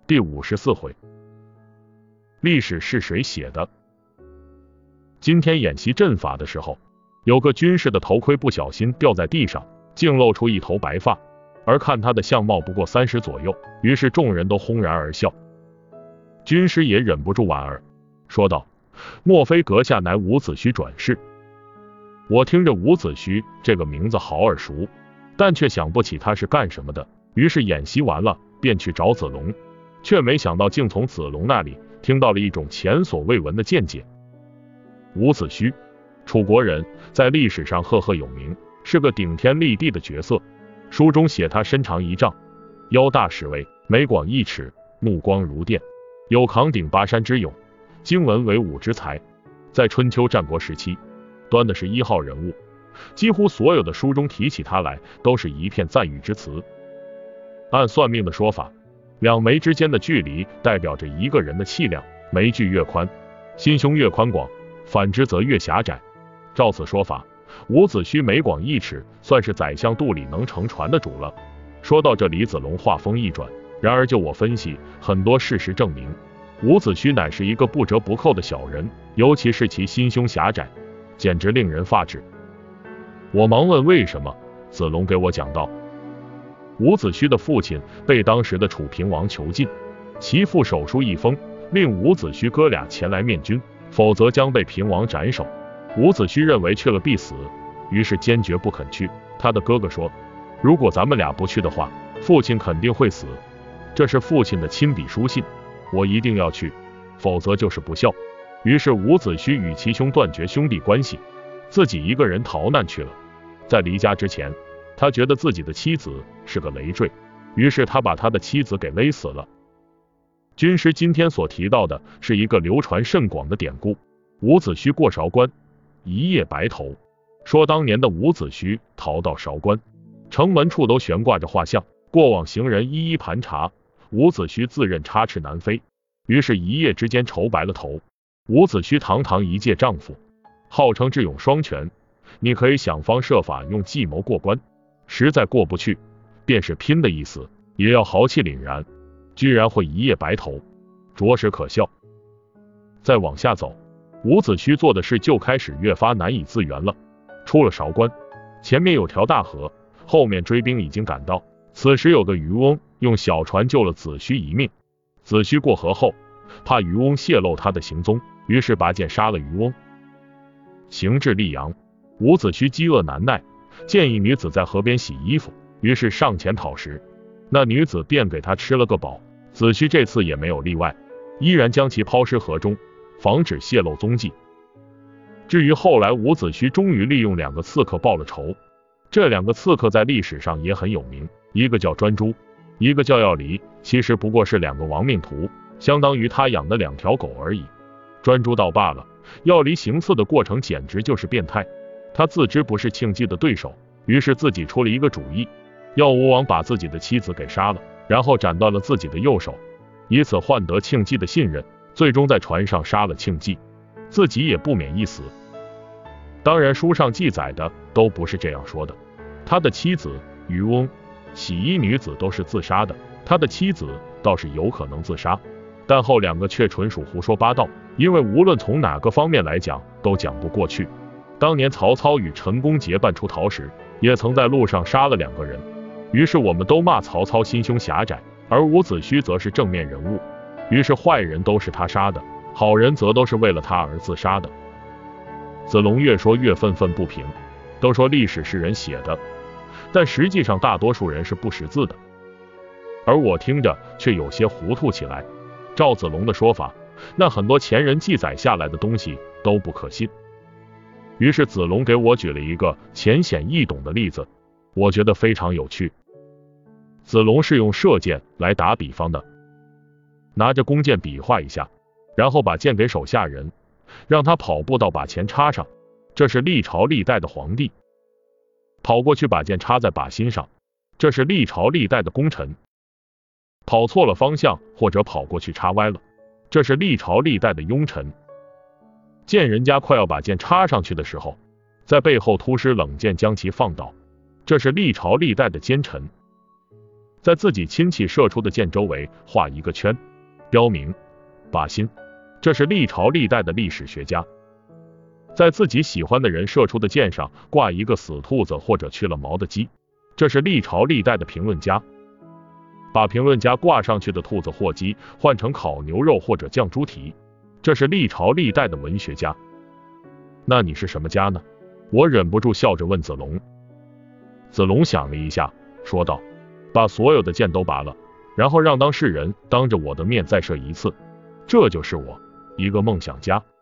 第54回，历史是谁写的？今天演习阵法的时候，有个军士的头盔不小心掉在地上，竟露出一头白发，而看他的相貌不过30左右，于是众人都轰然而笑。军师也忍不住莞尔，说道：莫非阁下乃伍子胥转世？我听着伍子胥这个名字好耳熟，但却想不起他是干什么的，于是演习完了便去找子龙，却没想到竟从子龙那里听到了一种前所未闻的见解。伍子胥，楚国人，在历史上赫赫有名，是个顶天立地的角色。书中写他身长1丈，腰大10围，眉广1尺，目光如电，有扛鼎拔山之勇，经文为武之才。在春秋战国时期，端的是1号人物，几乎所有的书中提起他来，都是一片赞誉之词。按算命的说法，两眉之间的距离代表着一个人的气量，眉距越宽，心胸越宽广，反之则越狭窄。照此说法，伍子胥眉广1尺，算是宰相肚里能乘船的主了。说到这里，子龙话锋一转，然而就我分析，很多事实证明，伍子胥乃是一个不折不扣的小人，尤其是其心胸狭窄，简直令人发指。我忙问为什么，子龙给我讲道：伍子胥的父亲被当时的楚平王囚禁，其父手书一封，令伍子胥哥俩前来面君，否则将被平王斩首。伍子胥认为去了必死，于是坚决不肯去。他的哥哥说，如果咱们俩不去的话，父亲肯定会死，这是父亲的亲笔书信，我一定要去，否则就是不孝。于是伍子胥与其兄断绝兄弟关系，自己一个人逃难去了。在离家之前，他觉得自己的妻子是个累赘，于是他把他的妻子给勒死了。军师今天所提到的是一个流传甚广的典故，伍子胥过韶关，一夜白头。说当年的伍子胥逃到韶关，城门处都悬挂着画像，过往行人一一盘查，伍子胥自认插翅难飞，于是一夜之间愁白了头。伍子胥堂堂一介丈夫，号称智勇双全，你可以想方设法用计谋过关，实在过不去，便是拼的意思，也要豪气凛然，居然会一夜白头，着实可笑。再往下走，伍子胥做的事就开始越发难以自圆了。出了韶关，前面有条大河，后面追兵已经赶到，此时有个渔翁用小船救了子胥一命。子胥过河后，怕渔翁泄露他的行踪，于是拔剑杀了渔翁。行至溧阳，伍子胥饥饿难耐，见一女子在河边洗衣服，于是上前讨食，那女子便给他吃了个饱。子胥这次也没有例外，依然将其抛尸河中，防止泄露踪迹。至于后来伍子胥终于利用2个刺客报了仇，这2个刺客在历史上也很有名，一个叫专诸，一个叫要离，其实不过是2个亡命徒，相当于他养的2条狗而已。专诸倒罢了，要离行刺的过程简直就是变态。他自知不是庆忌的对手，于是自己出了一个主意，要吴王把自己的妻子给杀了，然后斩断了自己的右手，以此换得庆忌的信任，最终在船上杀了庆忌，自己也不免一死。当然书上记载的都不是这样说的，他的妻子、渔翁、洗衣女子都是自杀的，他的妻子倒是有可能自杀，但后2个却纯属胡说八道，因为无论从哪个方面来讲都讲不过去。当年曹操与陈宫结伴出逃时，也曾在路上杀了2个人，于是我们都骂曹操心胸狭窄，而伍子胥则是正面人物，于是坏人都是他杀的，好人则都是为了他而自杀的。子龙越说越愤愤不平，都说历史是人写的，但实际上大多数人是不识字的，而我听着却有些糊涂起来。照子龙的说法，那很多前人记载下来的东西都不可信。于是子龙给我举了一个浅显易懂的例子，我觉得非常有趣。子龙是用射箭来打比方的，拿着弓箭比划一下，然后把箭给手下人，让他跑步到把钱插上，这是历朝历代的皇帝；跑过去把箭插在靶心上，这是历朝历代的功臣；跑错了方向或者跑过去插歪了，这是历朝历代的庸臣。见人家快要把箭插上去的时候，在背后突施冷箭将其放倒，这是历朝历代的奸臣。 在自己亲戚射出的箭周围画一个圈，标明靶心。这是历朝历代的历史学家。在自己喜欢的人射出的箭上挂一个死兔子或者去了毛的鸡，这是历朝历代的评论家。把评论家挂上去的兔子或鸡换成烤牛肉或者酱猪蹄，这是历朝历代的文学家。那你是什么家呢？我忍不住笑着问子龙。子龙想了一下，说道：把所有的箭都拔了，然后让当事人当着我的面再射一次，这就是我，一个梦想家。